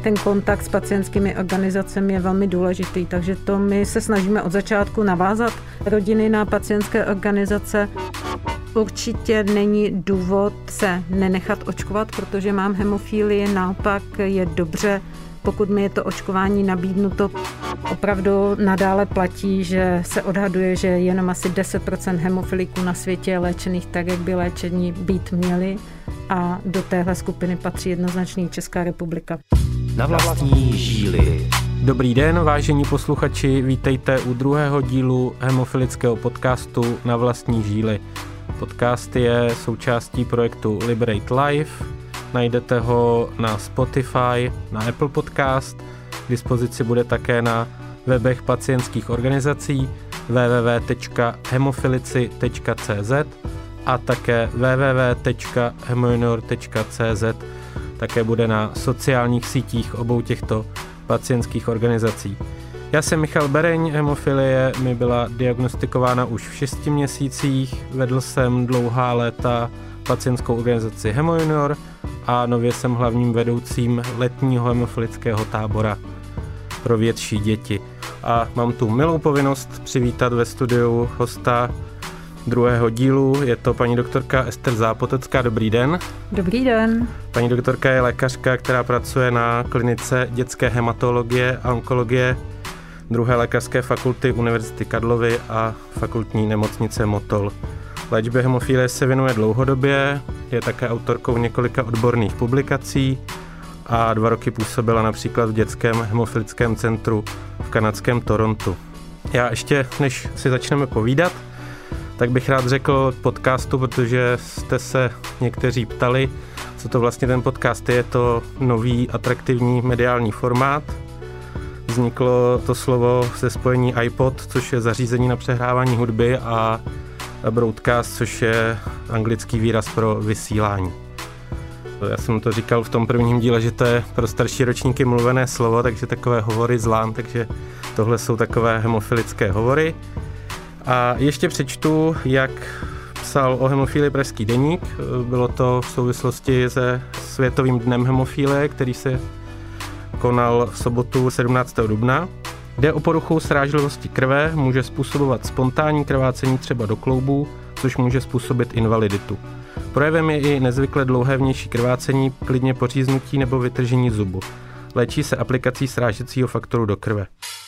ten kontakt s pacientskými organizacemi je velmi důležitý, takže to my se snažíme od začátku navázat rodiny na pacientské organizace. Určitě není důvod se nenechat očkovat, protože mám hemofílii, naopak je dobře, pokud mi je to očkování nabídnuto. Opravdu nadále platí, že se odhaduje, že jenom asi 10% hemofiliků na světě je léčených tak, jak by léčení být měli, a do téhle skupiny patří jednoznačně Česká republika. Na vlastní žíly. Dobrý den, vážení posluchači, vítejte u druhého dílu hemofilického podcastu Na vlastní žíly. Podcast je součástí projektu Liberate Life. Najdete ho na Spotify, na Apple Podcast. K dispozici bude také na webech pacientských organizací www.hemofilici.cz a také www.hemojunior.cz. Také bude na sociálních sítích obou těchto pacientských organizací. Já jsem Michal Bereň, hemofilie mi byla diagnostikována už v 6 měsících, vedl jsem dlouhá léta pacientskou organizaci Hemojunior a nově jsem hlavním vedoucím letního hemofilického tábora pro větší děti. A mám tu milou povinnost přivítat ve studiu hosta druhého dílu. Je to paní doktorka Ester Zápotecká. Dobrý den. Dobrý den. Paní doktorka je lékařka, která pracuje na klinice dětské hematologie a onkologie 2. lékařské fakulty Univerzity Karlovy a fakultní nemocnice Motol. Léčbě hemofilie se věnuje dlouhodobě, je také autorkou několika odborných publikací a 2 roky působila například v dětském hemofilickém centru v kanadském Torontu. Já ještě, než si začneme povídat, tak bych rád řekl podcastu, protože jste se někteří ptali, co to vlastně ten podcast je. Je to nový atraktivní mediální formát. Vzniklo to slovo ze spojení iPod, což je zařízení na přehrávání hudby, a broadcast, což je anglický výraz pro vysílání. Já jsem to říkal v tom prvním díle, že to je pro starší ročníky mluvené slovo, takže takové hovory z LAN, takže tohle jsou takové hemofilické hovory. A ještě přečtu, jak psal o hemofilii Pražský deník. Bylo to v souvislosti se Světovým dnem hemofilie, který se konal v sobotu 17. dubna. Jde o poruchu srážlivosti krve, může způsobovat spontánní krvácení třeba do kloubů, což může způsobit invaliditu. Projevem je i nezvykle dlouhé vnější krvácení, klidně poříznutí nebo vytržení zubu. Léčí se aplikací srážecího faktoru do krve.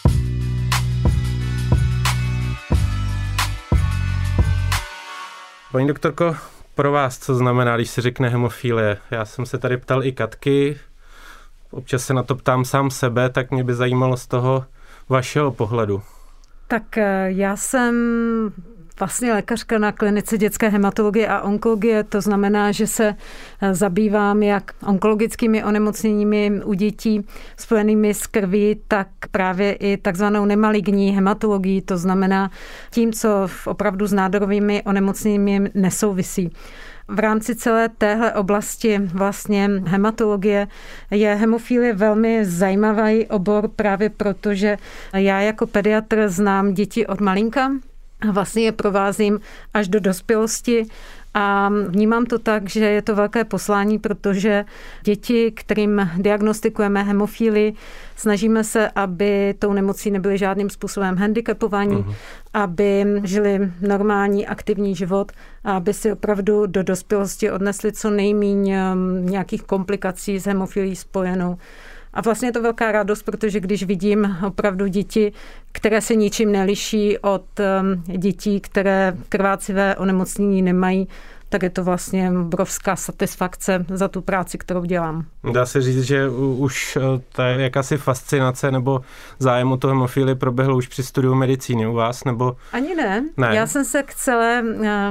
Paní doktorko, pro vás co znamená, když se řekne hemofilie? Já jsem se tady ptal i Katky, občas se na to ptám sám sebe, tak mě by zajímalo z toho vašeho pohledu. Tak já jsem vlastně lékařka na klinice dětské hematologie a onkologie, to znamená, že se zabývám jak onkologickými onemocněními u dětí spojenými s krví, tak právě i takzvanou nemaligní hematologií, to znamená tím, co opravdu s nádorovými onemocněními nesouvisí. V rámci celé téhle oblasti vlastně hematologie je hemofilie velmi zajímavý obor právě proto, že já jako pediatr znám děti od malinka a vlastně je provázím až do dospělosti. A vnímám to tak, že je to velké poslání, protože děti, kterým diagnostikujeme hemofilii, snažíme se, aby tou nemocí nebyly žádným způsobem handicapovaní, aby žili normální, aktivní život a aby si opravdu do dospělosti odnesli co nejméně nějakých komplikací s hemofilií spojenou. A vlastně je to velká radost, protože když vidím opravdu děti, které se ničím neliší od dětí, které krvácivé onemocnění nemají, tak je to vlastně obrovská satisfakce za tu práci, kterou dělám. Dá se říct, že už ta jakási fascinace nebo zájem o tu hemofilii proběhl už při studiu medicíny u vás, nebo? Ani ne. Já jsem se k celé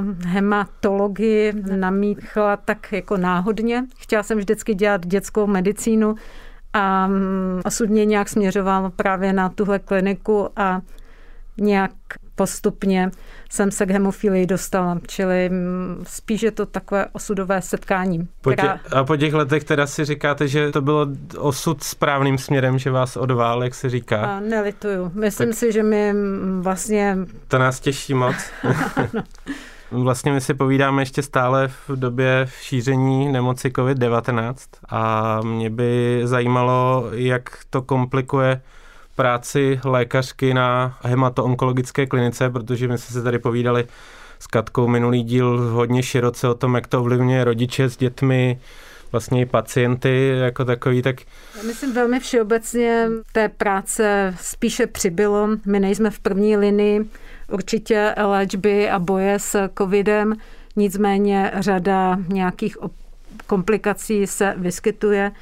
hematologii namíchla tak jako náhodně. Chtěla jsem vždycky dělat dětskou medicínu a osud mě nějak směřoval právě na tuhle kliniku a nějak postupně jsem se k hemofilii dostala, čili spíš je to takové osudové setkání. A po těch letech teda si říkáte, že to bylo osud správným směrem, že vás odvál, jak se říká? A nelituju. Myslím si, že mi vlastně... To nás těší moc. Vlastně my si povídáme ještě stále v době šíření nemoci COVID-19 a mě by zajímalo, jak to komplikuje práci lékařky na hematoonkologické klinice, protože my jsme se tady povídali s Katkou minulý díl hodně široce o tom, jak to ovlivňuje rodiče s dětmi, vlastně i pacienty jako takový, tak... Já myslím velmi všeobecně té práce spíše přibylo. My nejsme v první linii určitě léčby a boje s covidem, nicméně řada nějakých komplikací se vyskytuje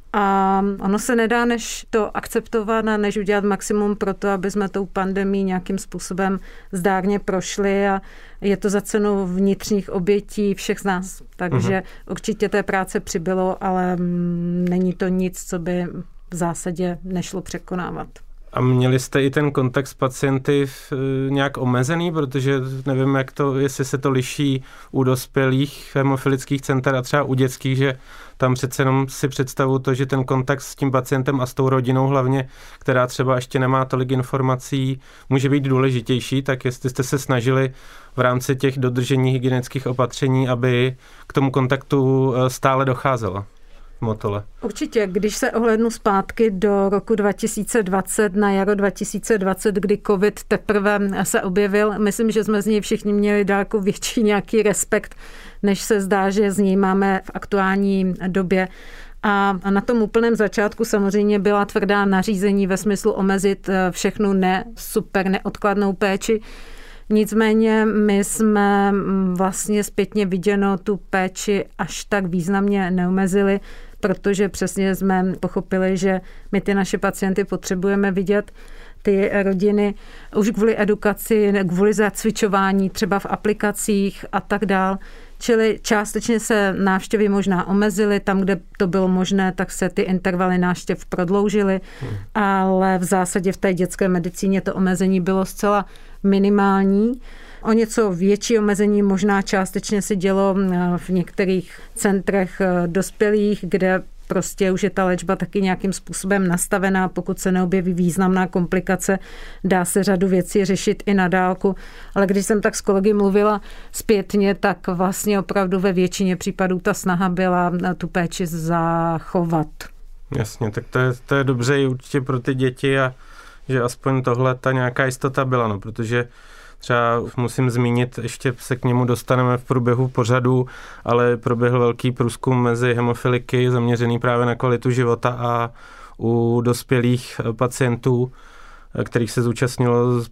a ono se nedá než to akceptovat a než udělat maximum pro to, aby jsme tou pandemií nějakým způsobem zdárně prošli a je to za cenu vnitřních obětí všech z nás. Takže určitě té práce přibylo, ale není to nic, co by v zásadě nešlo překonávat. A měli jste i ten kontakt s pacienty nějak omezený, protože nevím, jak to, jestli se to liší u dospělých hemofilických center a třeba u dětských, že tam přece jenom si představuju to, že ten kontakt s tím pacientem a s tou rodinou hlavně, která třeba ještě nemá tolik informací, může být důležitější, tak jestli jste se snažili v rámci těch dodržení hygienických opatření, aby k tomu kontaktu stále docházelo. Motole. Určitě, když se ohlédnu zpátky do roku 2020, na jaro 2020, kdy covid teprve se objevil, myslím, že jsme z něj všichni měli daleko větší nějaký respekt, než se zdá, že z něj máme v aktuální době. A na tom úplném začátku samozřejmě byla tvrdá nařízení ve smyslu omezit všechnu neodkladnou péči. Nicméně my jsme vlastně zpětně viděno tu péči až tak významně neomezili, protože přesně jsme pochopili, že my ty naše pacienty potřebujeme vidět, ty rodiny už kvůli edukaci, kvůli zacvičování, třeba v aplikacích a tak dál. Čili částečně se návštěvy možná omezily, tam, kde to bylo možné, tak se ty intervaly návštěv prodloužily, ale v zásadě v té dětské medicíně to omezení bylo zcela minimální. O něco větší omezení možná částečně se dělo v některých centrech dospělých, kde prostě už je ta léčba taky nějakým způsobem nastavená. Pokud se neobjeví významná komplikace, dá se řadu věcí řešit i na dálku. Ale když jsem tak s kolegy mluvila zpětně, tak vlastně opravdu ve většině případů ta snaha byla tu péči zachovat. Jasně, tak to je dobře i určitě pro ty děti a že aspoň tohle ta nějaká jistota byla, no, protože třeba musím zmínit, ještě se k němu dostaneme v průběhu pořadu, ale proběhl velký průzkum mezi hemofiliky zaměřený právě na kvalitu života a u dospělých pacientů, kterých se zúčastnilo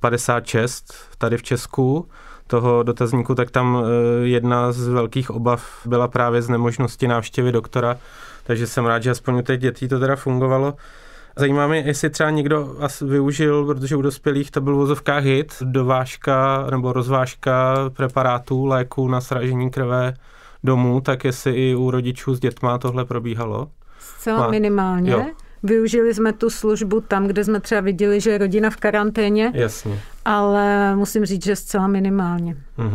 56 tady v Česku toho dotazníku, tak tam jedna z velkých obav byla právě z nemožnosti návštěvy doktora, takže jsem rád, že aspoň u těch dětí to teda fungovalo. Zajímá mě, jestli třeba někdo využil, protože u dospělých to byl v vozovkách hit, dovážka nebo rozvážka preparátů, léků na sražení krve domů, tak jestli i u rodičů s dětma tohle probíhalo? Zcela minimálně. Jo. Využili jsme tu službu tam, kde jsme třeba viděli, že je rodina v karanténě. Jasně. Ale musím říct, že zcela minimálně.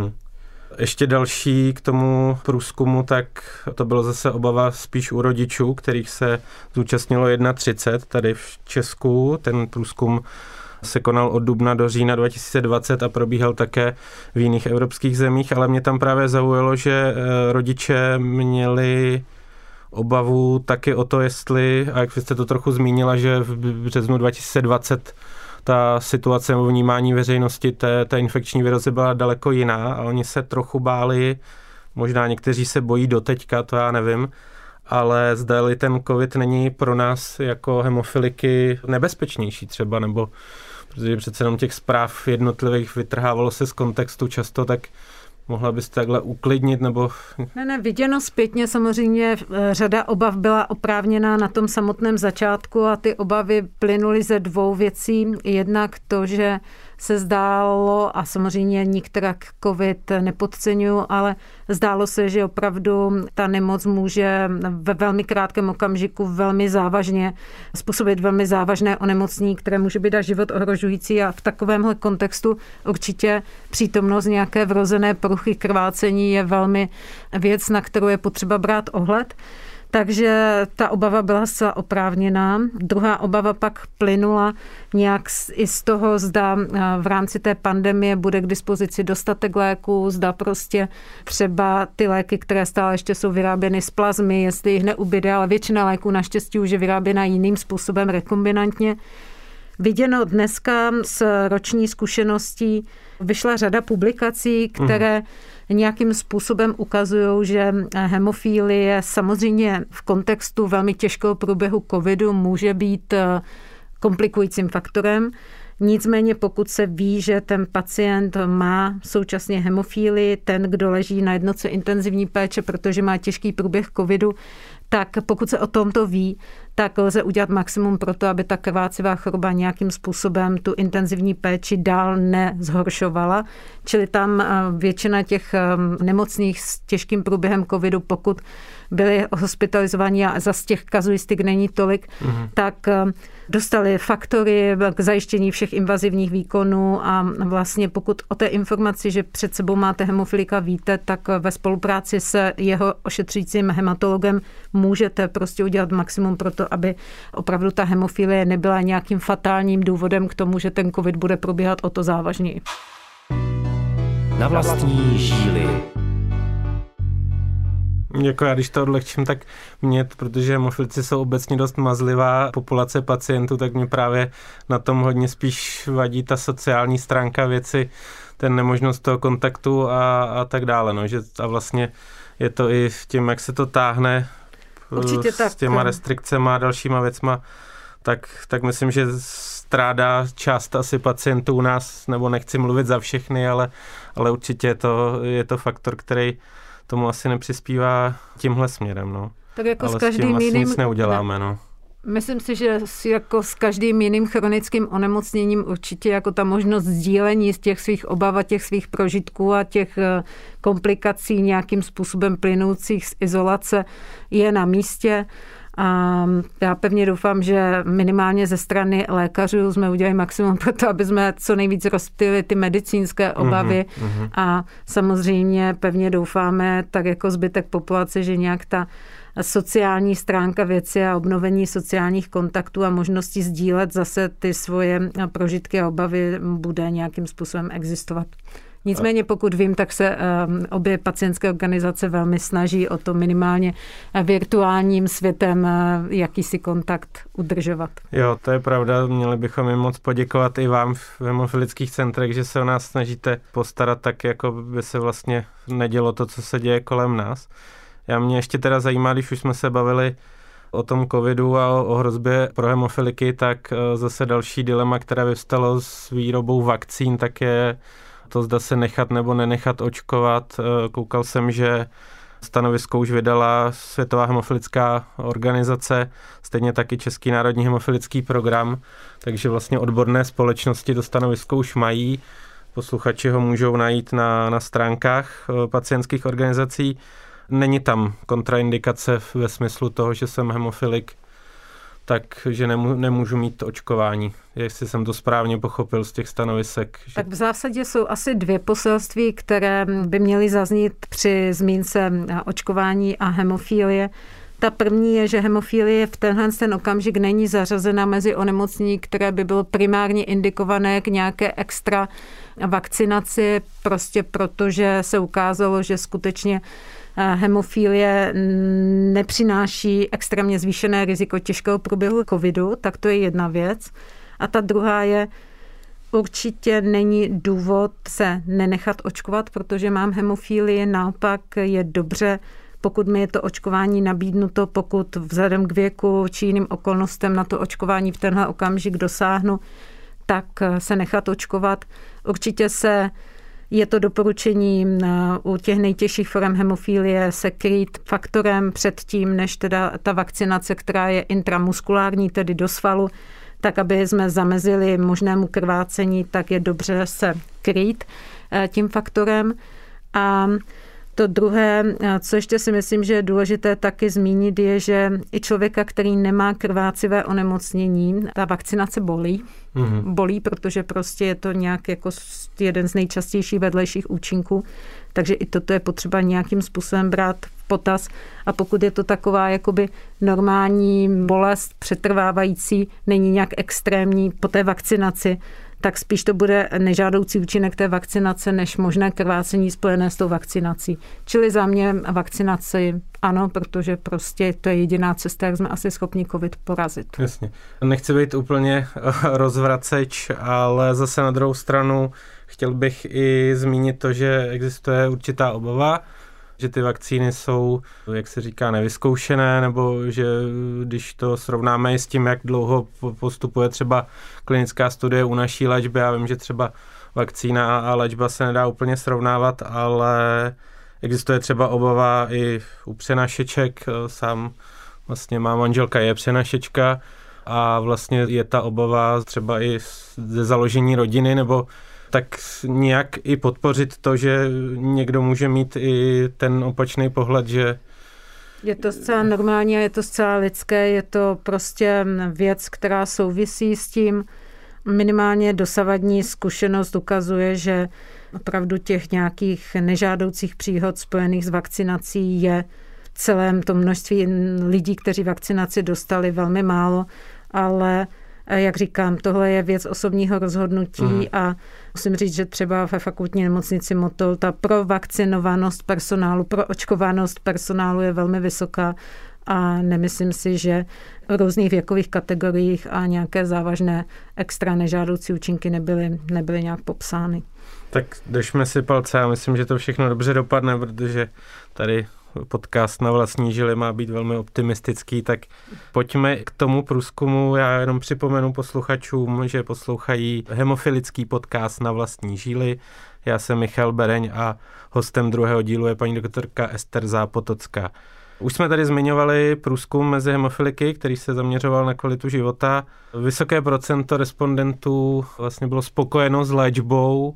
Ještě další k tomu průzkumu, tak to bylo zase obava spíš u rodičů, kterých se zúčastnilo 31 tady v Česku. Ten průzkum se konal od dubna do října 2020 a probíhal také v jiných evropských zemích, ale mě tam právě zaujalo, že rodiče měli obavu taky o to, jestli, a jak jste to trochu zmínila, že v březnu 2020 ta situace nebo vnímání veřejnosti té infekční virózy byla daleko jiná a oni se trochu báli, možná někteří se bojí doteďka, to já nevím, ale zdali ten covid není pro nás jako hemofiliky nebezpečnější třeba, nebo protože přece jenom těch zpráv jednotlivých vytrhávalo se z kontextu často, tak mohla byste takhle uklidnit, nebo... Ne, viděno zpětně samozřejmě řada obav byla oprávněná na tom samotném začátku a ty obavy plynuly ze dvou věcí. Jednak to, že se zdálo, a samozřejmě nikterak covid nepodceňuju, ale zdálo se, že opravdu ta nemoc může ve velmi krátkém okamžiku velmi závažně způsobit velmi závažné onemocnění, které může být až život ohrožující a v takovémhle kontextu určitě přítomnost nějaké vrozené poruchy krvácení je velmi věc, na kterou je potřeba brát ohled. Takže ta obava byla zcela oprávněná. Druhá obava pak plynula nějak i z toho, zda v rámci té pandemie bude k dispozici dostatek léků, zda prostě třeba ty léky, které stále ještě jsou vyráběny z plazmy, jestli jich neubyde, ale většina léků naštěstí už je vyráběna jiným způsobem, rekombinantně. Viděno dneska z roční zkušeností vyšla řada publikací, které nějakým způsobem ukazují, že hemofilie samozřejmě v kontextu velmi těžkého průběhu covidu může být komplikujícím faktorem. Nicméně pokud se ví, že ten pacient má současně hemofílii, ten, kdo leží na jednotce intenzivní péče, protože má těžký průběh covidu, tak pokud se o tomto ví, tak lze udělat maximum pro to, aby ta krvácivá choroba nějakým způsobem tu intenzivní péči dál nezhoršovala. Čili tam většina těch nemocných s těžkým průběhem covidu, pokud byli hospitalizovaní a zase těch kazuistik není tolik, tak dostali faktory k zajištění všech invazivních výkonů a vlastně pokud o té informaci, že před sebou máte hemofilika, víte, tak ve spolupráci s jeho ošetřujícím hematologem můžete prostě udělat maximum pro to, aby opravdu ta hemofilie nebyla nějakým fatálním důvodem k tomu, že ten covid bude probíhat o to závažněji. Na vlastní žíly. Jako já, když to odlehčím, tak mě, protože hemofilici jsou obecně dost mazlivá populace pacientů, tak mě právě na tom hodně spíš vadí ta sociální stránka věci, ten nemožnost toho kontaktu a tak dále. No, že a vlastně je to i v tím, jak se to táhne s těma restrikcema a dalšíma věcma, tak myslím, že strádá část asi pacientů u nás, nebo nechci mluvit za všechny, ale určitě je to faktor, který tomu asi nepřispívá tímhle směrem, no. Tak jako ale s každým asi jiným nic neuděláme, no. Myslím si, že jako s každým jiným chronickým onemocněním určitě jako ta možnost sdílení z těch svých obav a těch svých prožitků a těch komplikací nějakým způsobem plynoucích z izolace je na místě. A já pevně doufám, že minimálně ze strany lékařů jsme udělali maximum pro to, aby jsme co nejvíc rozptýlili ty medicínské obavy a samozřejmě pevně doufáme, tak jako zbytek populace, že nějak ta sociální stránka věci a obnovení sociálních kontaktů a možnosti sdílet zase ty svoje prožitky a obavy bude nějakým způsobem existovat. Nicméně pokud vím, tak se obě pacientské organizace velmi snaží o to minimálně virtuálním světem jakýsi kontakt udržovat. Jo, to je pravda. Měli bychom jim moc poděkovat i vám v hemofilických centrech, že se o nás snažíte postarat tak, jako by se vlastně nedělo to, co se děje kolem nás. Mě ještě teda zajímá, když už jsme se bavili o tom covidu a o hrozbě pro hemofiliky, tak zase další dilema, která vyvstalo s výrobou vakcín, tak je to, zda se nechat nebo nenechat očkovat. Koukal jsem, že stanovisko už vydala Světová hemofilická organizace, stejně taky Český národní hemofilický program, takže vlastně odborné společnosti to stanovisko už mají. Posluchači ho můžou najít na stránkách pacientských organizací. Není tam kontraindikace ve smyslu toho, že jsem hemofilik, takže nemůžu mít očkování, jestli jsem to správně pochopil z těch stanovisek. Tak v zásadě jsou asi dvě poselství, které by měly zaznít při zmínce očkování a hemofilie. Ta první je, že hemofilie v ten okamžik není zařazena mezi onemocnění, které by bylo primárně indikované k nějaké extra vakcinaci, prostě protože se ukázalo, že skutečně hemofilie nepřináší extrémně zvýšené riziko těžkého průběhu covidu, tak to je jedna věc. A ta druhá je, určitě není důvod se nenechat očkovat, protože mám hemofilii, naopak je dobře, pokud mi je to očkování nabídnuto, pokud vzhledem k věku či jiným okolnostem na to očkování v tenhle okamžik dosáhnu, tak se nechat očkovat. Určitě je to doporučení u těch nejtěžších forem hemofilie se krýt faktorem předtím, než teda ta vakcinace, která je intramuskulární, tedy do svalu, tak aby jsme zamezili možnému krvácení, tak je dobře se krýt tím faktorem. A To druhé, co ještě si myslím, že je důležité taky zmínit, je, že i člověka, který nemá krvácivé onemocnění, ta vakcinace bolí. Bolí, protože prostě je to nějak jako jeden z nejčastějších vedlejších účinků. Takže i toto je potřeba nějakým způsobem brát v potaz. A pokud je to taková jakoby normální bolest přetrvávající, není nějak extrémní po té vakcinaci, tak spíš to bude nežádoucí účinek té vakcinace, než možné krvácení spojené s tou vakcinací. Čili za mě vakcinaci ano, protože prostě to je jediná cesta, jak jsme asi schopni covid porazit. Jasně. Nechci být úplně rozvraceč, ale zase na druhou stranu chtěl bych i zmínit to, že existuje určitá obava, že ty vakcíny jsou, jak se říká, nevyzkoušené, nebo že když to srovnáme s tím, jak dlouho postupuje třeba klinická studie u naší léčby, já vím, že třeba vakcína a léčba se nedá úplně srovnávat, ale existuje třeba obava i u přenašeček, sám vlastně má manželka je přenašečka a vlastně je ta obava třeba i ze založení rodiny, nebo tak nějak i podpořit to, že někdo může mít i ten opačný pohled, že... Je to zcela normální a je to zcela lidské, je to prostě věc, která souvisí s tím. Minimálně dosavadní zkušenost ukazuje, že opravdu těch nějakých nežádoucích příhod spojených s vakcinací je v celém tom množství lidí, kteří vakcinaci dostali, velmi málo, ale jak říkám, tohle je věc osobního rozhodnutí a musím říct, že třeba ve fakultní nemocnici Motol ta provakcinovanost personálu, proočkovanost personálu je velmi vysoká a nemyslím si, že v různých věkových kategoriích a nějaké závažné extra nežádoucí účinky nebyly nějak popsány. Tak držme si palce, já myslím, že to všechno dobře dopadne, protože tady podcast Na vlastní žili má být velmi optimistický, tak pojďme k tomu průzkumu. Já jenom připomenu posluchačům, že poslouchají hemofilický podcast Na vlastní žíly. Já jsem Michal Bereň a hostem druhého dílu je paní doktorka Ester Zápotocká. Už jsme tady zmiňovali průzkum mezi hemofiliky, který se zaměřoval na kvalitu života. Vysoké procento respondentů vlastně bylo spokojeno s léčbou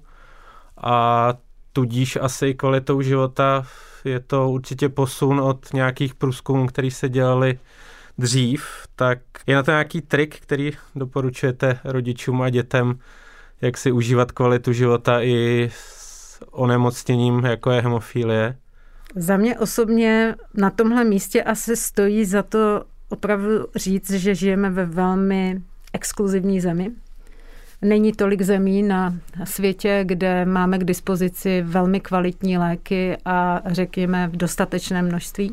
a tudíž asi kvalitou života. Je to určitě posun od nějakých průzkumů, které se dělaly dřív. Tak je na to nějaký trik, který doporučujete rodičům a dětem, jak si užívat kvalitu života i s onemocněním, jako je hemofilie? Za mě osobně na tomhle místě asi stojí za to opravdu říct, že žijeme ve velmi exkluzivní zemi. Není tolik zemí na světě, kde máme k dispozici velmi kvalitní léky a řekněme v dostatečném množství.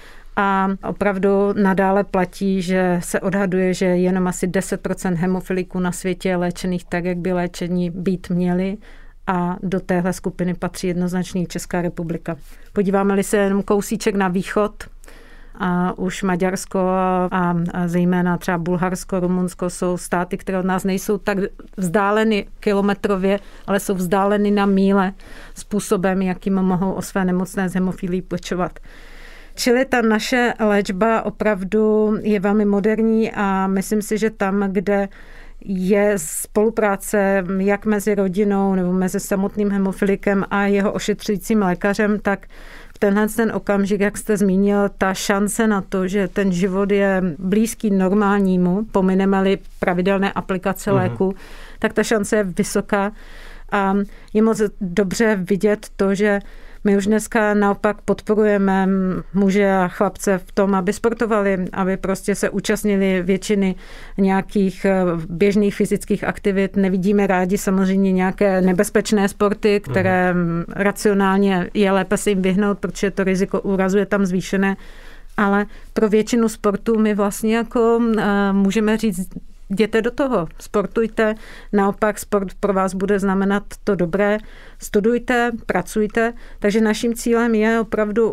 A opravdu nadále platí, že se odhaduje, že jenom asi 10% hemofiliků na světě je léčených tak, jak by léčení být měli. A do téhle skupiny patří jednoznačně Česká republika. Podíváme-li se jenom kousíček na východ, a už Maďarsko a zejména třeba Bulharsko, Rumunsko jsou státy, které od nás nejsou tak vzdáleny kilometrově, ale jsou vzdáleny na míle způsobem, jakým mohou o své nemocné z hemofilii pečovat. Čili ta naše léčba opravdu je velmi moderní a myslím si, že tam, kde je spolupráce jak mezi rodinou nebo mezi samotným hemofilikem a jeho ošetřujícím lékařem, tak ten okamžik, jak jste zmínil, ta šance na to, že ten život je blízký normálnímu, pomineme-li pravidelné aplikace léku, tak ta šance je vysoká a je moc dobře vidět to, že my už dneska naopak podporujeme muže a chlapce v tom, aby sportovali, aby prostě se účastnili většiny nějakých běžných fyzických aktivit. Nevidíme rádi samozřejmě nějaké nebezpečné sporty, které racionálně je lépe se jim vyhnout, protože to riziko úrazu je tam zvýšené. Ale pro většinu sportů my vlastně jako můžeme říct, jděte do toho, sportujte, naopak sport pro vás bude znamenat to dobré, studujte, pracujte, takže naším cílem je opravdu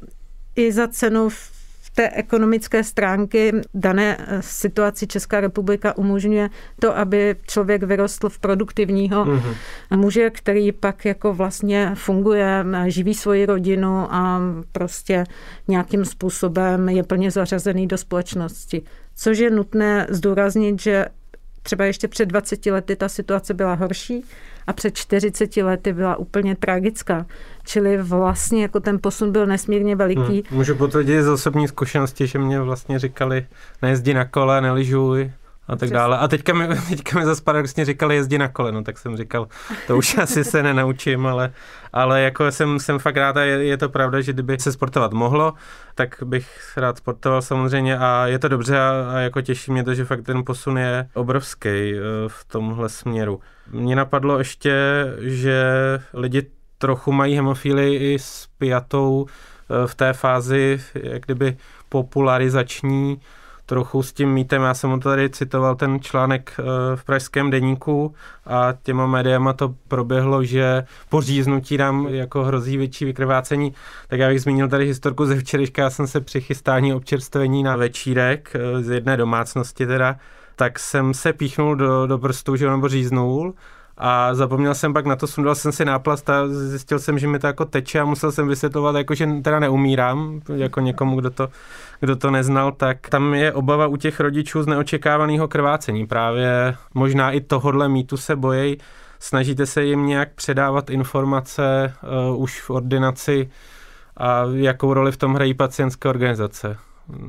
i za cenu v té ekonomické stránky dané situaci Česká republika umožňuje to, aby člověk vyrostl v produktivního muže, který pak jako vlastně funguje, živí svoji rodinu a prostě nějakým způsobem je plně zařazený do společnosti. Což je nutné zdůraznit, že třeba ještě před 20 lety ta situace byla horší a před 40 lety byla úplně tragická. Čili vlastně jako ten posun byl nesmírně veliký. Můžu potvrdit z osobní zkušenosti, že mě vlastně říkali, nejezdi na kole, neližuj a tak dále. A teďka mi zase paradoxně říkali, jezdi na kole, no tak jsem říkal, to už asi se nenaučím, ale jako jsem fakt rád a je to pravda, že kdyby se sportovat mohlo, tak bych rád sportoval samozřejmě a je to dobře a jako těší mě to, že fakt ten posun je obrovský v tomhle směru. Mně napadlo ještě, že lidi trochu mají hemofílii i spjatou v té fázi, jak kdyby popularizační, trochu s tím mýtem. Já jsem to tady citoval ten článek v Pražském deníku a těma médiama to proběhlo, že po říznutí nám jako hrozí větší vykrvácení. Tak já bych zmínil tady historku ze včerejška. Já jsem se při chystání občerstvení na večírek z jedné domácnosti teda, tak jsem se píchnul do prstu, že nebo říznul. A zapomněl jsem pak na to, sundal jsem si náplast a zjistil jsem, že mi to jako teče a musel jsem vysvětlovat, jako, že teda neumírám, jako někomu, kdo to neznal, tak tam je obava u těch rodičů z neočekávaného krvácení. Právě možná i tohodle mýtu se bojí. Snažíte se jim nějak předávat informace už v ordinaci a jakou roli v tom hrají pacientské organizace?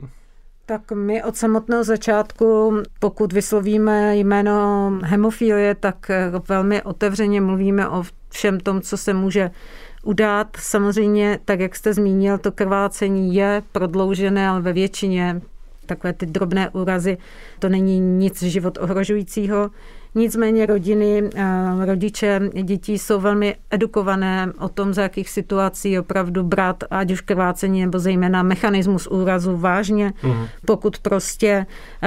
Tak my od samotného začátku, pokud vyslovíme jméno hemofilie, tak velmi otevřeně mluvíme o všem tom, co se může udát. Samozřejmě, tak jak jste zmínil, to krvácení je prodloužené, ale ve většině takové ty drobné úrazy, to není nic život ohrožujícího. Nicméně rodiny, rodiče dětí jsou velmi edukované o tom, za jakých situací opravdu brát, ať už krvácení nebo zejména mechanismus úrazu vážně. Pokud prostě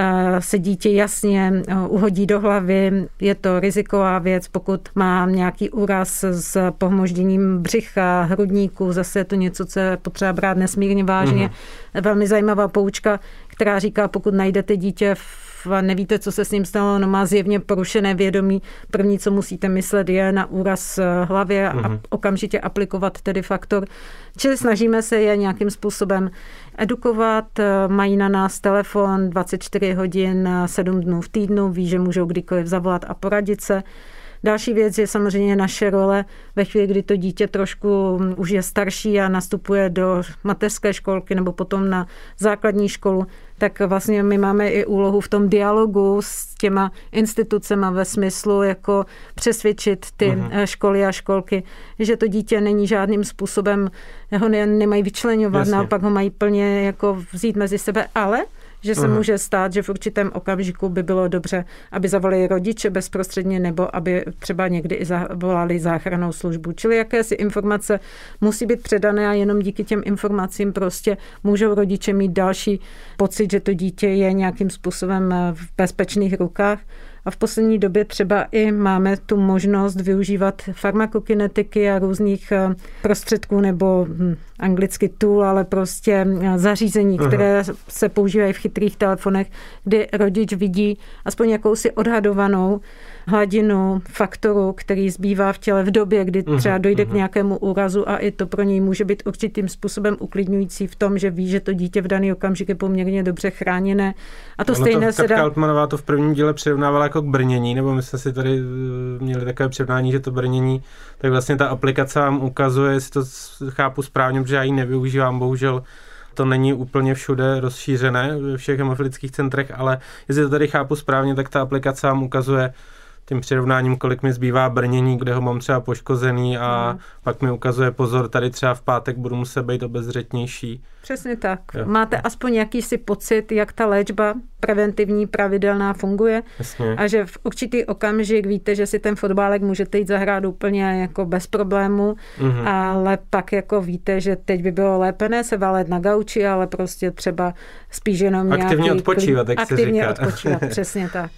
se dítě jasně uhodí do hlavy, je to riziková věc. Pokud má nějaký úraz s pohmožděním břicha, hrudníku, zase je to něco, co je potřeba brát nesmírně vážně. Velmi zajímavá poučka, která říká, pokud najdete dítě a nevíte, co se s ním stalo, no má zjevně porušené vědomí. První, co musíte myslet, je na úraz hlavě a okamžitě aplikovat tedy faktor. Čili snažíme se je nějakým způsobem edukovat, mají na nás telefon 24 hodin, 7 dnů v týdnu, ví, že můžou kdykoliv zavolat a poradit se. Další věc je samozřejmě naše role ve chvíli, kdy to dítě trošku už je starší a nastupuje do mateřské školky nebo potom na základní školu, tak vlastně my máme i úlohu v tom dialogu s těma institucema ve smyslu jako přesvědčit ty školy a školky, že to dítě není žádným způsobem, ho nemají vyčleňovat, naopak ho mají plně jako vzít mezi sebe, ale že se může stát, že v určitém okamžiku by bylo dobře, aby zavolali rodiče bezprostředně nebo aby třeba někdy i zavolali záchrannou službu. Čili jakési informace musí být předané a jenom díky těm informacím prostě můžou rodiče mít další pocit, že to dítě je nějakým způsobem v bezpečných rukách. A v poslední době třeba i máme tu možnost využívat farmakokinetiky a různých prostředků nebo anglicky tool, ale prostě zařízení, které se používají v chytrých telefonech, kdy rodič vidí aspoň jakousi odhadovanou hladinu faktoru, který zbývá v těle v době, kdy třeba dojde k nějakému úrazu a i to pro něj může být určitým způsobem uklidňující v tom, že ví, že to dítě v daný okamžik je poměrně dobře chráněné. A to stejné se dá... Altmanová to v prvním díle přirovnávala jako k brnění, nebo my jsme si tady měli takové přirovnání, že to brnění, tak vlastně ta aplikace vám ukazuje, jestli to chápu správně, protože já ji nevyužívám, bohužel to není úplně všude rozšířené ve všech hemofilických centrech, ale jestli to tady chápu správně, tak ta aplikace vám ukazuje tím přirovnáním, kolik mi zbývá brnění, kde ho mám třeba poškozený a pak mi ukazuje pozor, tady třeba v pátek budu muset být obezřetnější. Přesně tak. Jo. Máte aspoň jakýsi pocit, jak ta léčba preventivní, pravidelná funguje. Jasně. A že v určitý okamžik víte, že si ten fotbálek můžete jít zahrát úplně jako bez problému, ale pak jako víte, že teď by bylo lépe ne se valet na gauči, ale prostě třeba spíš jenom nějaký... Aktivně odpočívat, jak se říká. Aktivně odpočívat, přesně tak.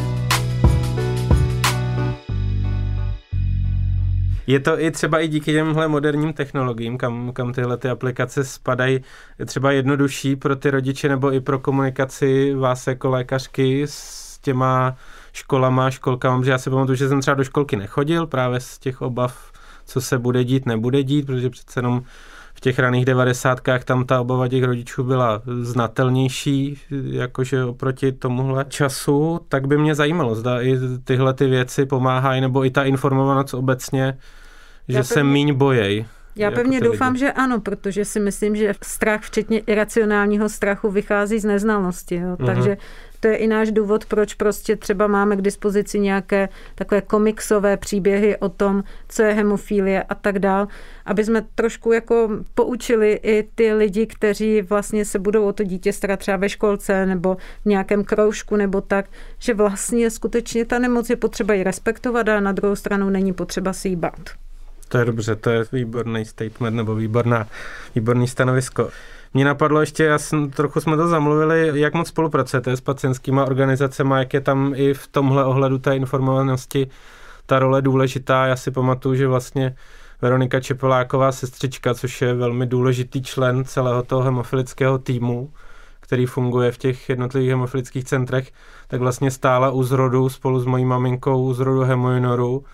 Je to i třeba i díky těmhle moderním technologiím, kam tyhle ty aplikace spadají, třeba jednodušší pro ty rodiče nebo i pro komunikaci vás jako lékařky s těma školama, školkama, protože já si pamatuju, že jsem třeba do školky nechodil právě z těch obav, co se bude dít, nebude dít, protože přece jenom v těch raných 90kách tam ta obava těch rodičů byla znatelnější, jakože oproti tomuhle času, tak by mě zajímalo, zda i tyhle ty věci pomáhají, nebo i ta informovanost obecně, že se míň bojej. Já pevně doufám, že ano, protože si myslím, že strach, včetně iracionálního strachu, vychází z neznalosti. Jo? Takže to je i náš důvod, proč prostě třeba máme k dispozici nějaké takové komiksové příběhy o tom, co je hemofilie a tak dál, aby jsme trošku jako poučili i ty lidi, kteří vlastně se budou o to dítě starat třeba ve školce nebo v nějakém kroužku nebo tak, že vlastně skutečně ta nemoc je potřeba ji respektovat a na druhou stranu není potřeba si ji bát. To je dobře, to je výborný statement nebo výborný stanovisko. Mně napadlo ještě, trochu jsme to zamluvili, jak moc spolupracujete s pacientskýma organizacemi, jak je tam i v tomhle ohledu té informovanosti ta role důležitá. Já si pamatuju, že vlastně Veronika Čepeláková, sestřička, což je velmi důležitý člen celého toho hemofilického týmu, který funguje v těch jednotlivých hemofilických centrech, tak vlastně stála u zrodu spolu s mojí maminkou u zrodu Hemojuniorů.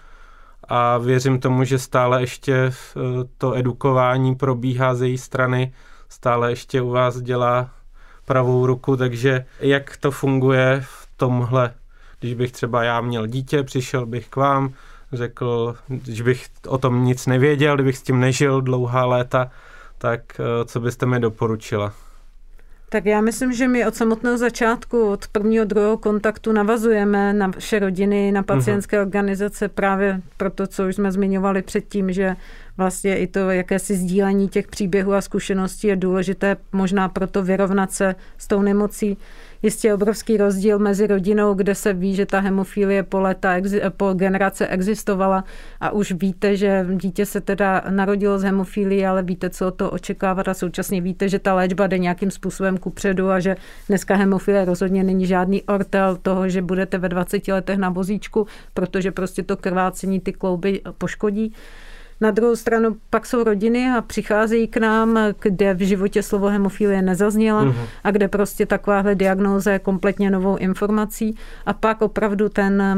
A věřím tomu, že stále ještě to edukování probíhá z její strany, stále ještě u vás dělá pravou ruku, takže jak to funguje v tomhle, když bych třeba já měl dítě, přišel bych k vám, řekl, když bych o tom nic nevěděl, kdybych s tím nežil dlouhá léta, tak co byste mi doporučila? Tak já myslím, že my od samotného začátku, od prvního, druhého kontaktu navazujeme na naše rodiny, na pacientské organizace právě proto, co už jsme zmiňovali předtím, že vlastně i to jakési sdílení těch příběhů a zkušeností je důležité, možná proto vyrovnat se s tou nemocí. Jistě obrovský rozdíl mezi rodinou, kde se ví, že ta hemofilie po generace existovala a už víte, že dítě se teda narodilo z hemofilií, ale víte, co od toho očekávat a současně víte, že ta léčba jde nějakým způsobem kupředu a že dneska hemofilie rozhodně není žádný ortel toho, že budete ve 20 letech na vozíčku, protože prostě to krvácení ty klouby poškodí. Na druhou stranu pak jsou rodiny a přicházejí k nám, kde v životě slovo hemofilie nezazněla a kde prostě takováhle diagnóza je kompletně novou informací a pak opravdu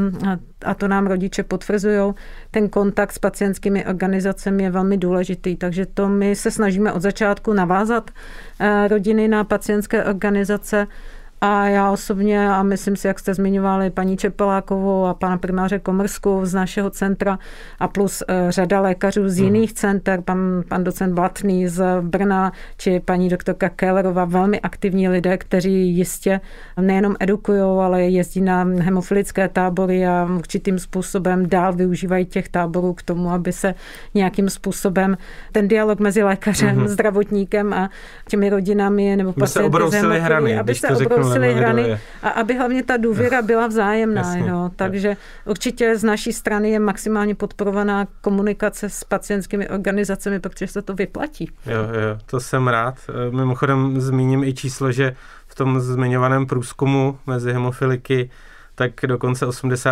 a to nám rodiče potvrzujou, ten kontakt s pacientskými organizacemi je velmi důležitý, takže to my se snažíme od začátku navázat rodiny na pacientské organizace. A já osobně, a myslím si, jak jste zmiňovali paní Čepelákovou a pana primáře Komrsku z našeho centra a plus řada lékařů z jiných center, pan docent Blatný z Brna či paní doktorka Kellerová, velmi aktivní lidé, kteří jistě nejenom edukujou, ale jezdí na hemofilické tábory a určitým způsobem dál využívají těch táborů k tomu, aby se nějakým způsobem ten dialog mezi lékařem, zdravotníkem a těmi rodinami nebo pacienty z hemofilii, aby se obrousily hrany a aby hlavně ta důvěra byla vzájemná. Takže určitě z naší strany je maximálně podporovaná komunikace s pacientskými organizacemi, protože se to vyplatí. Jo, to jsem rád. Mimochodem zmíním i číslo, že v tom zmiňovaném průzkumu mezi hemofiliky tak dokonce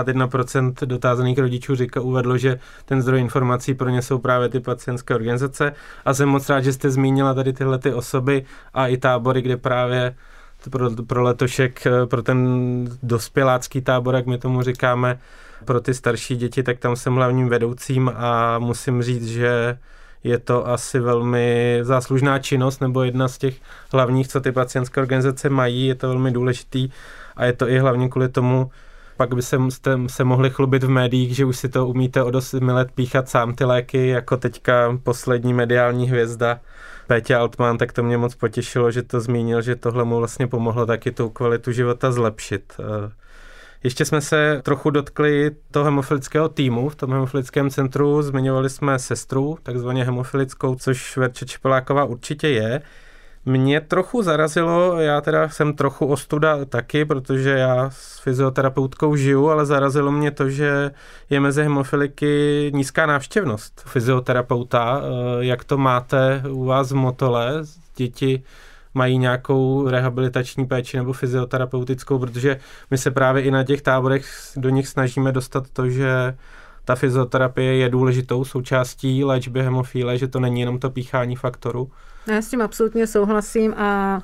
81% dotázaných rodičů uvedlo, že ten zdroj informací pro ně jsou právě ty pacientské organizace. A jsem moc rád, že jste zmínila tady tyhle ty osoby a i tábory, kde právě pro letošek, pro ten dospělácký tábor, jak my tomu říkáme, pro ty starší děti, tak tam jsem hlavním vedoucím a musím říct, že je to asi velmi záslužná činnost nebo jedna z těch hlavních, co ty pacientské organizace mají, je to velmi důležitý a je to i hlavně kvůli tomu, pak by se mohli chlubit v médiích, že už si to umíte od 8 let píchat sám ty léky, jako teďka poslední mediální hvězda Pétě Altman, tak to mě moc potěšilo, že to zmínil, že tohle mu vlastně pomohlo taky tu kvalitu života zlepšit. Ještě jsme se trochu dotkli toho hemofilického týmu v tom hemofilickém centru, zmiňovali jsme sestru, takzvaně hemofilickou, což Verča Čepeláková určitě je. Mě trochu zarazilo, já teda jsem trochu ostuda taky, protože já s fyzioterapeutkou žiju, ale zarazilo mě to, že je mezi hemofiliky nízká návštěvnost fyzioterapeuta. Jak to máte u vás v Motole? Děti mají nějakou rehabilitační péči nebo fyzioterapeutickou, protože my se právě i na těch táborech do nich snažíme dostat to, že ta fyzioterapie je důležitou součástí léčby hemofilie, že to není jenom to píchání faktoru. Já s tím absolutně souhlasím a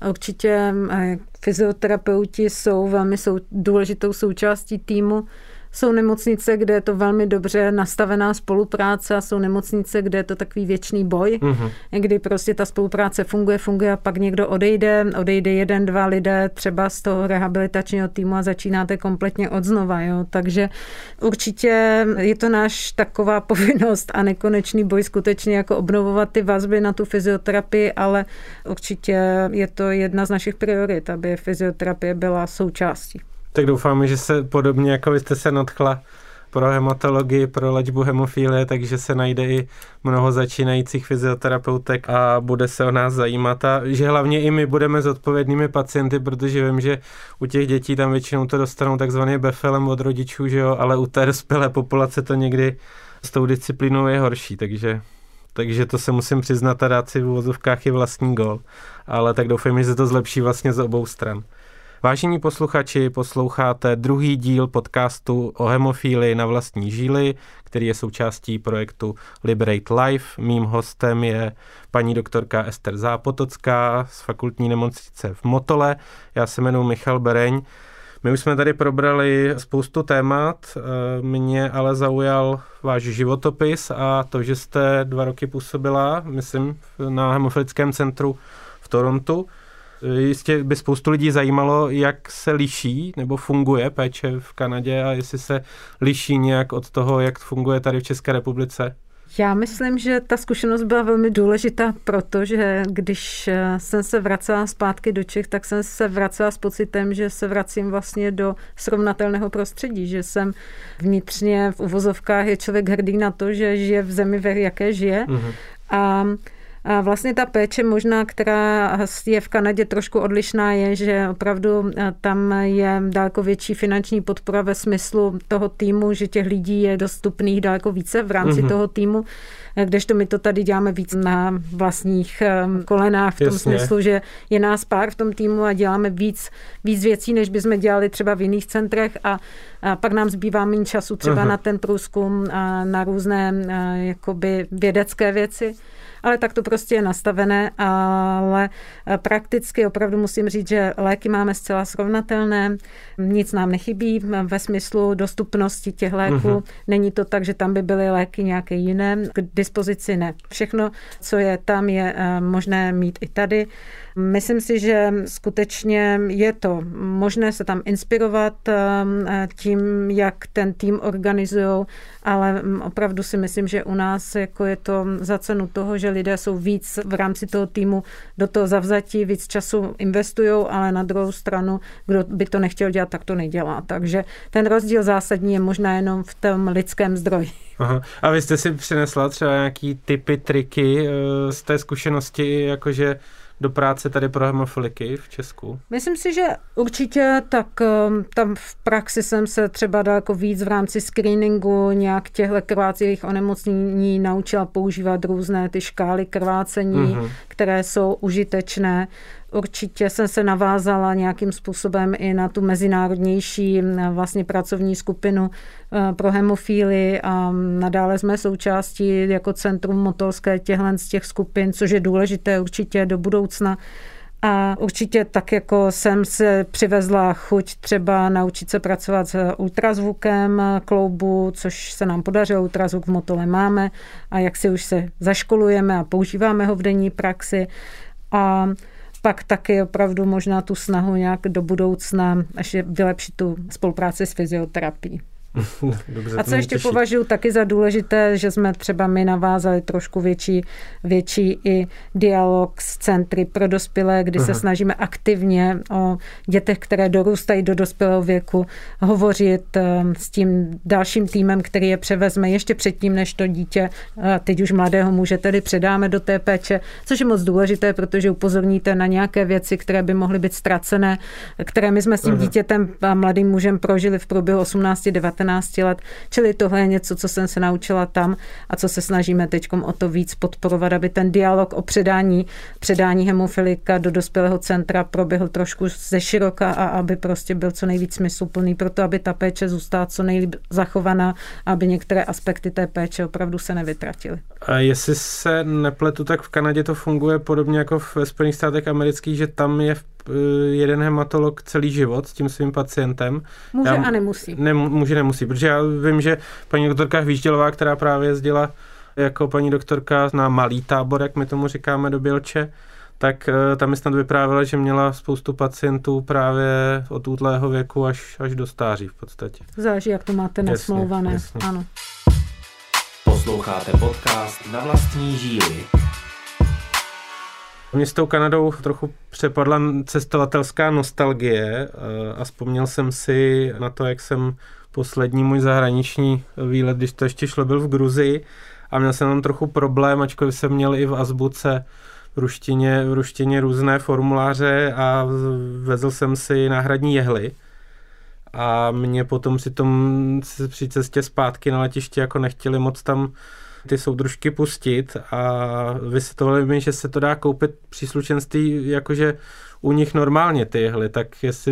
určitě fyzioterapeuti jsou velmi důležitou součástí týmu. Jsou nemocnice, kde je to velmi dobře nastavená spolupráce a jsou nemocnice, kde je to takový věčný boj, kdy prostě ta spolupráce funguje a pak někdo odejde 1-2 lidé třeba z toho rehabilitačního týmu a začínáte kompletně odznova. Jo? Takže určitě je to náš taková povinnost a nekonečný boj skutečně jako obnovovat ty vazby na tu fyzioterapii, ale určitě je to jedna z našich priorit, aby fyzioterapie byla součástí. Tak doufáme, že se podobně jako vy jste se nadchla pro hematologii, pro léčbu hemofilie, takže se najde i mnoho začínajících fyzioterapeutek a bude se o nás zajímat a že hlavně i my budeme zodpovědnými pacienty, protože vím, že u těch dětí tam většinou to dostanou takzvaný befelem od rodičů, že jo, ale u té dospělé populace to někdy s tou disciplínou je horší, takže to se musím přiznat a dát si v uvozovkách i vlastní gól. Ale tak doufám, že se to zlepší vlastně z obou stran. Vážení posluchači, posloucháte druhý díl podcastu o hemofílii na vlastní žíly, který je součástí projektu Liberate Life. Mým hostem je paní doktorka Ester Zápotocká z fakultní nemocnice v Motole. Já se jmenuji Michal Bereň. My už jsme tady probrali spoustu témat, mě ale zaujal váš životopis a to, že jste 2 roky působila, myslím, na hemofilickém centru v Torontu. Jistě by spoustu lidí zajímalo, jak se liší nebo funguje péče v Kanadě a jestli se liší nějak od toho, jak funguje tady v České republice. Já myslím, že ta zkušenost byla velmi důležitá, protože když jsem se vracela zpátky do Čech, tak jsem se vracela s pocitem, že se vracím vlastně do srovnatelného prostředí, že jsem vnitřně v uvozovkách je člověk hrdý na to, že žije v zemi, v jaké žije. A vlastně ta péče možná, která je v Kanadě trošku odlišná, je, že opravdu tam je daleko větší finanční podpora ve smyslu toho týmu, že těch lidí je dostupných daleko více v rámci toho týmu, kdežto my to tady děláme víc na vlastních kolenách v tom smyslu, že je nás pár v tom týmu a děláme víc věcí, než bychom dělali třeba v jiných centrech a pak nám zbývá méně času třeba na ten průzkum a na různé jakoby vědecké věci. Ale tak to prostě je nastavené, ale prakticky opravdu musím říct, že léky máme zcela srovnatelné, nic nám nechybí ve smyslu dostupnosti těch léků. Není to tak, že tam by byly léky nějaké jiné, k dispozici ne. Všechno, co je tam, je možné mít i tady. Myslím si, že skutečně je to možné se tam inspirovat tím, jak ten tým organizují, ale opravdu si myslím, že u nás jako je to za cenu toho, že lidé jsou víc v rámci toho týmu do toho zavzatí, víc času investujou, ale na druhou stranu, kdo by to nechtěl dělat, tak to nedělá. Takže ten rozdíl zásadní je možná jenom v tom lidském zdroji. Aha. A vy jste si přinesla třeba nějaký tipy, triky z té zkušenosti, jakože do práce tady pro hemofiliky v Česku? Myslím si, že určitě tak tam v praxi jsem se třeba daleko víc v rámci screeningu nějak těchto krvácivých onemocnění naučila používat různé ty škály krvácení, které jsou užitečné. Určitě jsem se navázala nějakým způsobem i na tu mezinárodnější vlastně pracovní skupinu pro hemofílii a nadále jsme součástí jako centrum motolské z těch skupin, což je důležité určitě do budoucna. A určitě tak jako jsem se přivezla chuť třeba naučit se pracovat s ultrazvukem kloubu, což se nám podařilo, ultrazvuk v Motole máme a jak si už se zaškolujeme a používáme ho v denní praxi. A pak taky opravdu možná tu snahu nějak do budoucna ještě vylepšit tu spolupráci s fyzioterapií. Dobře, a co ještě považuji taky za důležité, že jsme třeba my navázali trošku větší i dialog s centry pro dospělé, kdy se snažíme aktivně o dětech, které dorůstají do dospělého věku, hovořit s tím dalším týmem, který je převezme ještě předtím, než to dítě, teď už mladého muže, tedy předáme do té péče, což je moc důležité, protože upozorníte na nějaké věci, které by mohly být ztracené, které my jsme s tím dítětem a mladým mužem prožili v průběhu 18-19 let. Čili tohle je něco, co jsem se naučila tam a co se snažíme teďkom o to víc podporovat, aby ten dialog o předání hemofilika do dospělého centra proběhl trošku ze široka a aby prostě byl co nejvíc smysluplný, proto aby ta péče zůstala co nejlíp zachovaná, aby některé aspekty té péče opravdu se nevytratily. A jestli se nepletu, tak v Kanadě to funguje podobně jako ve Spojených státech amerických, že tam je jeden hematolog celý život s tím svým pacientem. Může a nemusí. Nemusí, protože já vím, že paní doktorka Hvíždělová, která právě jezdila jako paní doktorka na malý tábor, jak my tomu říkáme do Bělče, tak tam mi snad vyprávěla, že měla spoustu pacientů právě od útlého věku až do stáří v podstatě. Záleží, jak to máte nasmlouvané. Jasně. Ano. Posloucháte podcast Na vlastní žíly. Mě s tou Kanadou trochu přepadla cestovatelská nostalgie a vzpomněl jsem si na to, jak jsem poslední můj zahraniční výlet, když to ještě šlo, byl v Gruzii a měl jsem tam trochu problém, ačkoliv jsem měl i v azbuce v ruštině různé formuláře a vezl jsem si náhradní jehly. A mě potom při cestě zpátky na letiště jako nechtěli moc tam ty soudružky pustit a vysvětlovali mi, že se to dá koupit příslušenství jakože u nich normálně ty jehly, tak jestli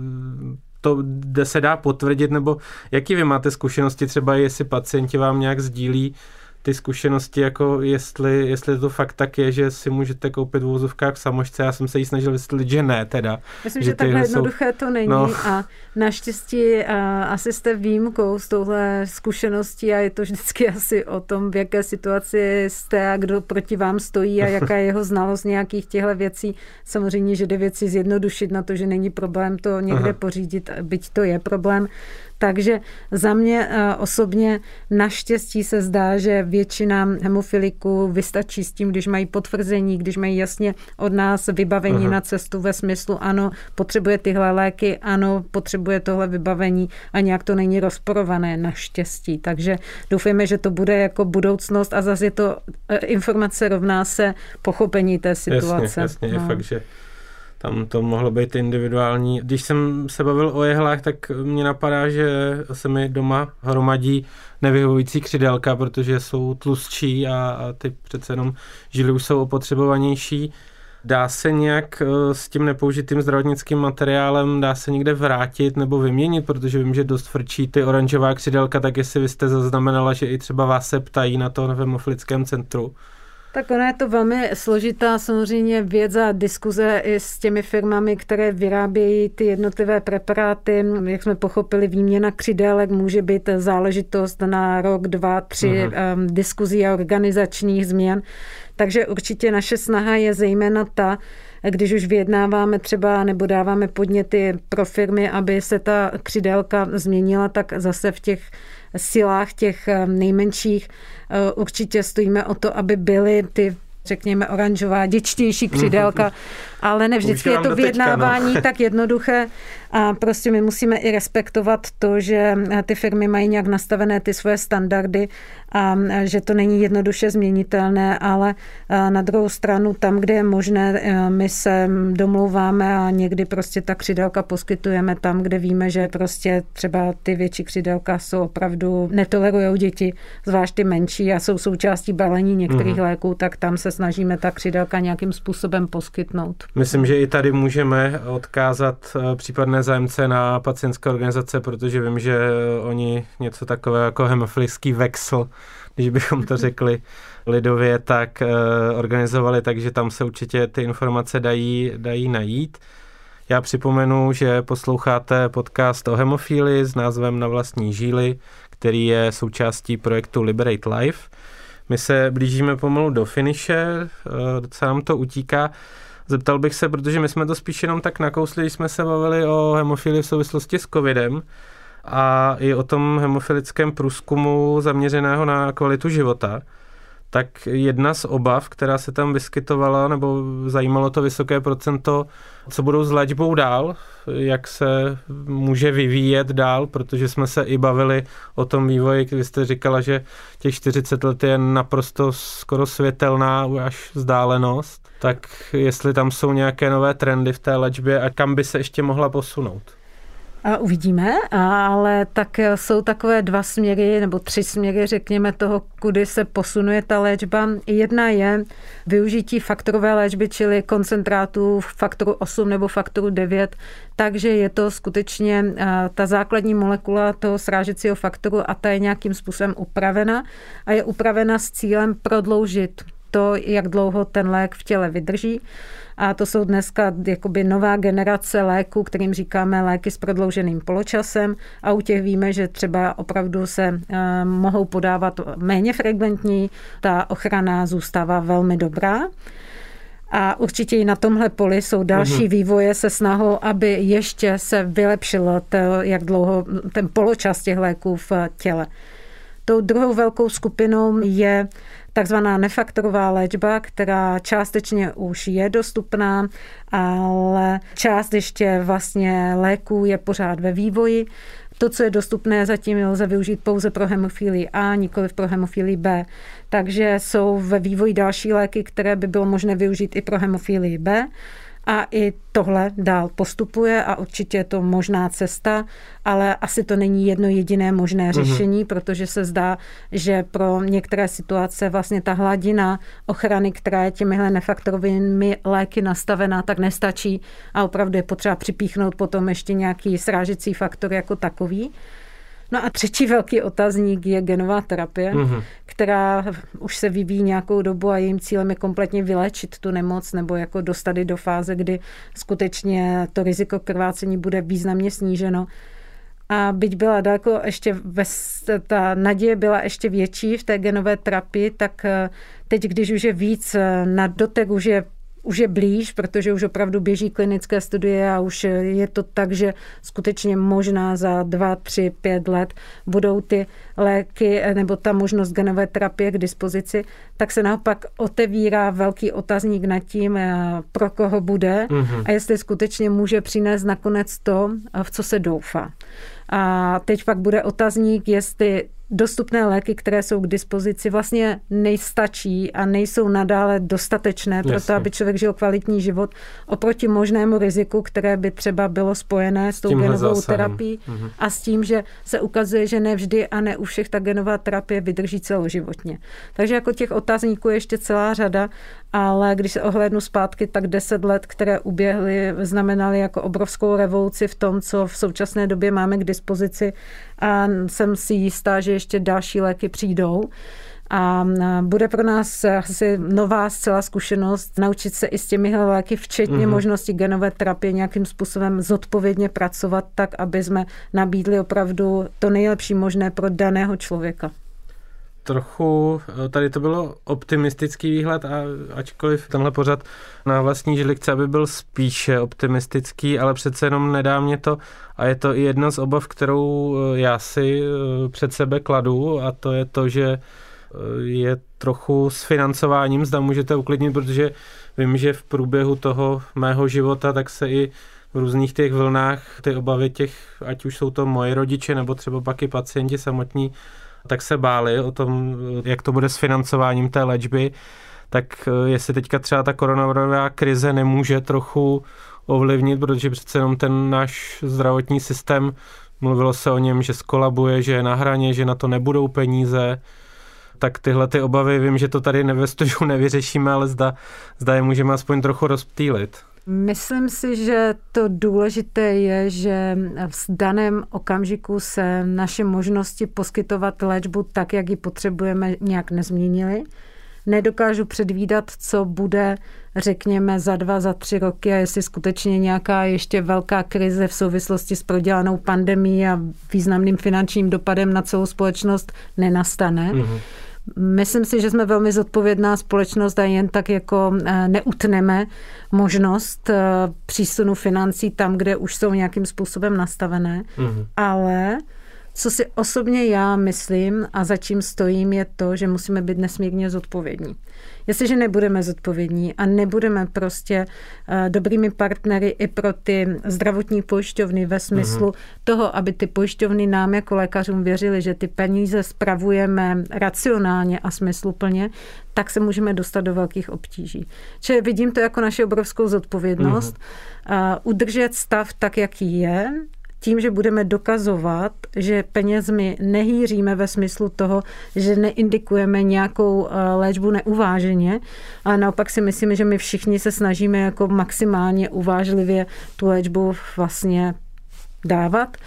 to se dá potvrdit, nebo jaký vy máte zkušenosti, třeba jestli pacienti vám nějak sdílí ty zkušenosti, jako jestli to fakt tak je, že si můžete koupit v uvozovkách v samošce. Já jsem se jí snažil vysvětlit, že ne teda. Myslím, že takhle jednoduché to není a naštěstí asi jste výjimkou z touhle zkušeností a je to vždycky asi o tom, v jaké situaci jste a kdo proti vám stojí a jaká je jeho znalost nějakých těchto věcí. Samozřejmě, že jde věci zjednodušit na to, že není problém to někde pořídit, byť to je problém. Takže za mě osobně naštěstí se zdá, že většina hemofiliků vystačí s tím, když mají potvrzení, když mají jasně od nás vybavení na cestu ve smyslu, ano, potřebuje tyhle léky, ano, potřebuje tohle vybavení a nějak to není rozporované naštěstí. Takže doufejme, že to bude jako budoucnost a zase je to informace rovná se pochopení té situace. Jasně, je fakt, že tam to mohlo být individuální. Když jsem se bavil o jehlách, tak mě napadá, že se mi doma hromadí nevyhovující křidélka, protože jsou tlustší a ty přece jenom žily už jsou opotřebovanější. Dá se nějak s tím nepoužitým zdravotnickým materiálem, dá se někde vrátit nebo vyměnit, protože vím, že dost frčí ty oranžová křidélka, tak jestli vy jste zaznamenala, že i třeba vás se ptají na to v hemofilickém centru. Tak ona je to velmi složitá samozřejmě věc a diskuze i s těmi firmami, které vyrábějí ty jednotlivé preparáty. Jak jsme pochopili, výměna křidélek může být záležitost na rok, 2, 3 diskuzí a organizačních změn. Takže určitě naše snaha je zejména ta, když už vyjednáváme třeba nebo dáváme podněty pro firmy, aby se ta křidélka změnila, tak zase v těch silách těch nejmenších určitě stojíme o to, aby byly ty, řekněme, oranžová, děčtější křidélka, ale ne vždycky je to vyjednávání tak jednoduché a prostě my musíme i respektovat to, že ty firmy mají nějak nastavené ty svoje standardy a že to není jednoduše změnitelné, ale na druhou stranu tam, kde je možné, my se domlouváme a někdy prostě ta křidélka poskytujeme tam, kde víme, že prostě třeba ty větší křidélka jsou opravdu netolerujou děti, zvlášť ty menší a jsou součástí balení některých léků, tak tam se snažíme ta křidélka nějakým způsobem poskytnout. Myslím, že i tady můžeme odkázat případné zájemce na pacientské organizace, protože vím, že oni něco takového jako hemofilický vexl, když bychom to řekli lidově, tak organizovali, takže tam se určitě ty informace dají najít. Já připomenu, že posloucháte podcast o hemofílii s názvem Na vlastní žíly, který je součástí projektu Liberate Life. My se blížíme pomalu do finiše, docela nám to utíká. Zeptal bych se, protože my jsme to spíš jenom tak nakousli, když jsme se bavili o hemofilii v souvislosti s covidem a i o tom hemofilickém průzkumu zaměřeného na kvalitu života, tak jedna z obav, která se tam vyskytovala, nebo zajímalo to vysoké procento, co budou s léčbou dál, jak se může vyvíjet dál, protože jsme se i bavili o tom vývoji, když jste říkala, že těch 40 let je naprosto skoro světelná až vzdálenost, tak jestli tam jsou nějaké nové trendy v té léčbě a kam by se ještě mohla posunout? A uvidíme, ale tak jsou takové 2 směry nebo 3 směry, řekněme, toho, kudy se posunuje ta léčba. Jedna je využití faktorové léčby, čili koncentrátů faktoru 8 nebo faktoru 9, takže je to skutečně ta základní molekula toho srážecího faktoru a ta je nějakým způsobem upravena a je upravena s cílem prodloužit to, jak dlouho ten lék v těle vydrží. A to jsou dneska jakoby nová generace léků, kterým říkáme léky s prodlouženým poločasem a u těch víme, že třeba opravdu se mohou podávat méně frekventní, ta ochrana zůstává velmi dobrá. A určitě i na tomhle poli jsou další vývoje se snahou, aby ještě se vylepšilo jak dlouho ten poločas těch léků v těle. Tou druhou velkou skupinou je takzvaná nefaktorová léčba, která částečně už je dostupná, ale část ještě vlastně léků je pořád ve vývoji. To, co je dostupné, zatím lze využít pouze pro hemofilii A, nikoliv pro hemofilii B. Takže jsou ve vývoji další léky, které by bylo možné využít i pro hemofilii B. A i tohle dál postupuje a určitě je to možná cesta, ale asi to není jedno jediné možné řešení, protože se zdá, že pro některé situace vlastně ta hladina ochrany, která je těmihle nefaktorovými léky nastavená, tak nestačí a opravdu je potřeba připíchnout potom ještě nějaký srážecí faktor jako takový. No a třetí velký otazník je genová terapie, která už se vyvíjí nějakou dobu a jejím cílem je kompletně vyléčit tu nemoc nebo jako dostat do fáze, kdy skutečně to riziko krvácení bude významně sníženo. A byť byla daleko ještě, ta naděje byla ještě větší v té genové terapii, tak teď, když už je víc na dotek, už je blíž, protože už opravdu běží klinické studie a už je to tak, že skutečně možná za 2, 3, 5 let budou ty léky nebo ta možnost genové terapie k dispozici, tak se naopak otevírá velký otazník nad tím, pro koho bude a jestli skutečně může přinést nakonec to, v co se doufá. A teď pak bude otazník, jestli dostupné léky, které jsou k dispozici, vlastně nestačí a nejsou nadále dostatečné pro to, aby člověk žil kvalitní život oproti možnému riziku, které by třeba bylo spojené s tou genovou terapií a s tím, že se ukazuje, že ne vždy a ne u všech ta genová terapie vydrží celoživotně. Takže jako těch otázníků je ještě celá řada, ale když se ohlédnu zpátky, tak 10 let, které uběhly, znamenaly jako obrovskou revoluci v tom, co v současné době máme k dispozici a jsem si jistá, že ještě další léky přijdou. A bude pro nás asi nová zcela zkušenost naučit se i s těmihle léky, včetně možnosti genové terapie, nějakým způsobem zodpovědně pracovat tak, aby jsme nabídli opravdu to nejlepší možné pro daného člověka. Trochu tady to bylo optimistický výhled, a ačkoliv tenhle pořad na vlastní žili chce, aby byl spíše optimistický, ale přece jenom nedá mě to a je to i jedna z obav, kterou já si před sebe kladu, a to je to, že je trochu s financováním, zda můžete uklidnit, protože vím, že v průběhu toho mého života tak se i v různých těch vlnách ty obavy těch, ať už jsou to moji rodiče nebo třeba pak i pacienti samotní, tak se báli o tom, jak to bude s financováním té léčby, tak jestli teďka třeba ta koronavirová krize nemůže trochu ovlivnit, protože přece jenom ten náš zdravotní systém, mluvilo se o něm, že skolabuje, že je na hraně, že na to nebudou peníze, tak tyhle ty obavy, vím, že to tady ve studiu nevyřešíme, ale zda je můžeme aspoň trochu rozptýlit. Myslím si, že to důležité je, že v daném okamžiku se naše možnosti poskytovat léčbu tak, jak ji potřebujeme, nějak nezměnily. Nedokážu předvídat, co bude, řekněme, za 2, za 3 roky a jestli skutečně nějaká ještě velká krize v souvislosti s prodělanou pandemií a významným finančním dopadem na celou společnost nenastane. Myslím si, že jsme velmi zodpovědná společnost a jen tak jako neutneme možnost přísunu financí tam, kde už jsou nějakým způsobem nastavené. Ale co si osobně já myslím a za čím stojím, je to, že musíme být nesmírně zodpovědní. Jestliže nebudeme zodpovědní a nebudeme prostě dobrými partnery i pro ty zdravotní pojišťovny ve smyslu toho, aby ty pojišťovny nám jako lékařům věřily, že ty peníze spravujeme racionálně a smysluplně, tak se můžeme dostat do velkých obtíží. Čili vidím to jako naši obrovskou zodpovědnost. Udržet stav tak, jaký je, tím, že budeme dokazovat, že penězmi nehýříme ve smyslu toho, že neindikujeme nějakou léčbu neuváženě, ale naopak si myslíme, že my všichni se snažíme jako maximálně uvážlivě tu léčbu vlastně dávat.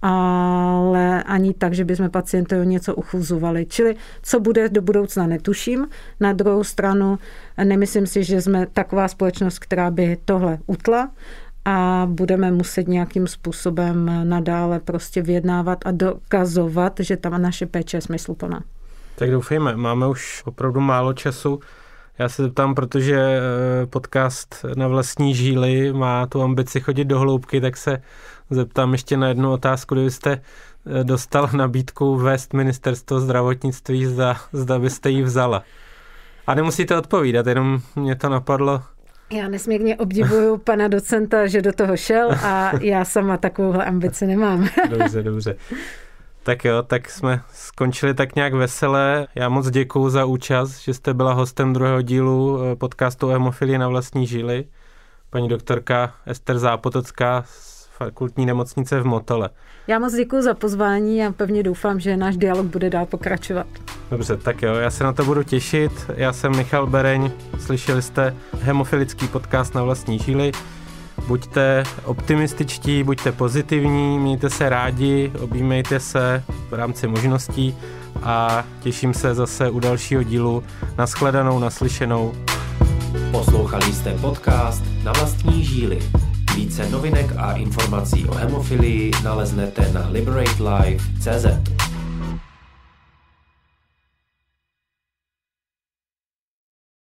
ale ani tak, že bychom pacientovi něco uchuzovali. Čili co bude do budoucna, netuším. Na druhou stranu nemyslím si, že jsme taková společnost, která by tohle utla, a budeme muset nějakým způsobem nadále prostě vyjednávat a dokazovat, že tam naše péče je smysluplná. Tak doufejme, máme už opravdu málo času. Já se zeptám, protože podcast Na vlastní žíly má tu ambici chodit do hloubky, tak se zeptám ještě na jednu otázku, kdybyste dostal nabídku vést ministerstvo zdravotnictví, zda byste ji vzala. A nemusíte odpovídat, jenom mě to napadlo. Já nesmírně obdivuju pana docenta, že do toho šel a já sama takovouhle ambici nemám. Dobře. Tak jo, tak jsme skončili tak nějak veselé. Já moc děkuju za účast, že jste byla hostem druhého dílu podcastu o hemofilii na vlastní žíly. Paní doktorka Ester Zápotocká z Fakultní nemocnice v Motole. Já moc děkuju za pozvání a pevně doufám, že náš dialog bude dál pokračovat. Dobře, tak jo, já se na to budu těšit. Já jsem Michal Bereň, slyšeli jste hemofilický podcast Na vlastní žíly. Buďte optimističtí, buďte pozitivní, mějte se rádi, objímejte se v rámci možností a těším se zase u dalšího dílu. Nashledanou, naslyšenou. Poslouchali jste podcast Na vlastní žíly. Více novinek a informací o hemofilii naleznete na liberatelife.cz.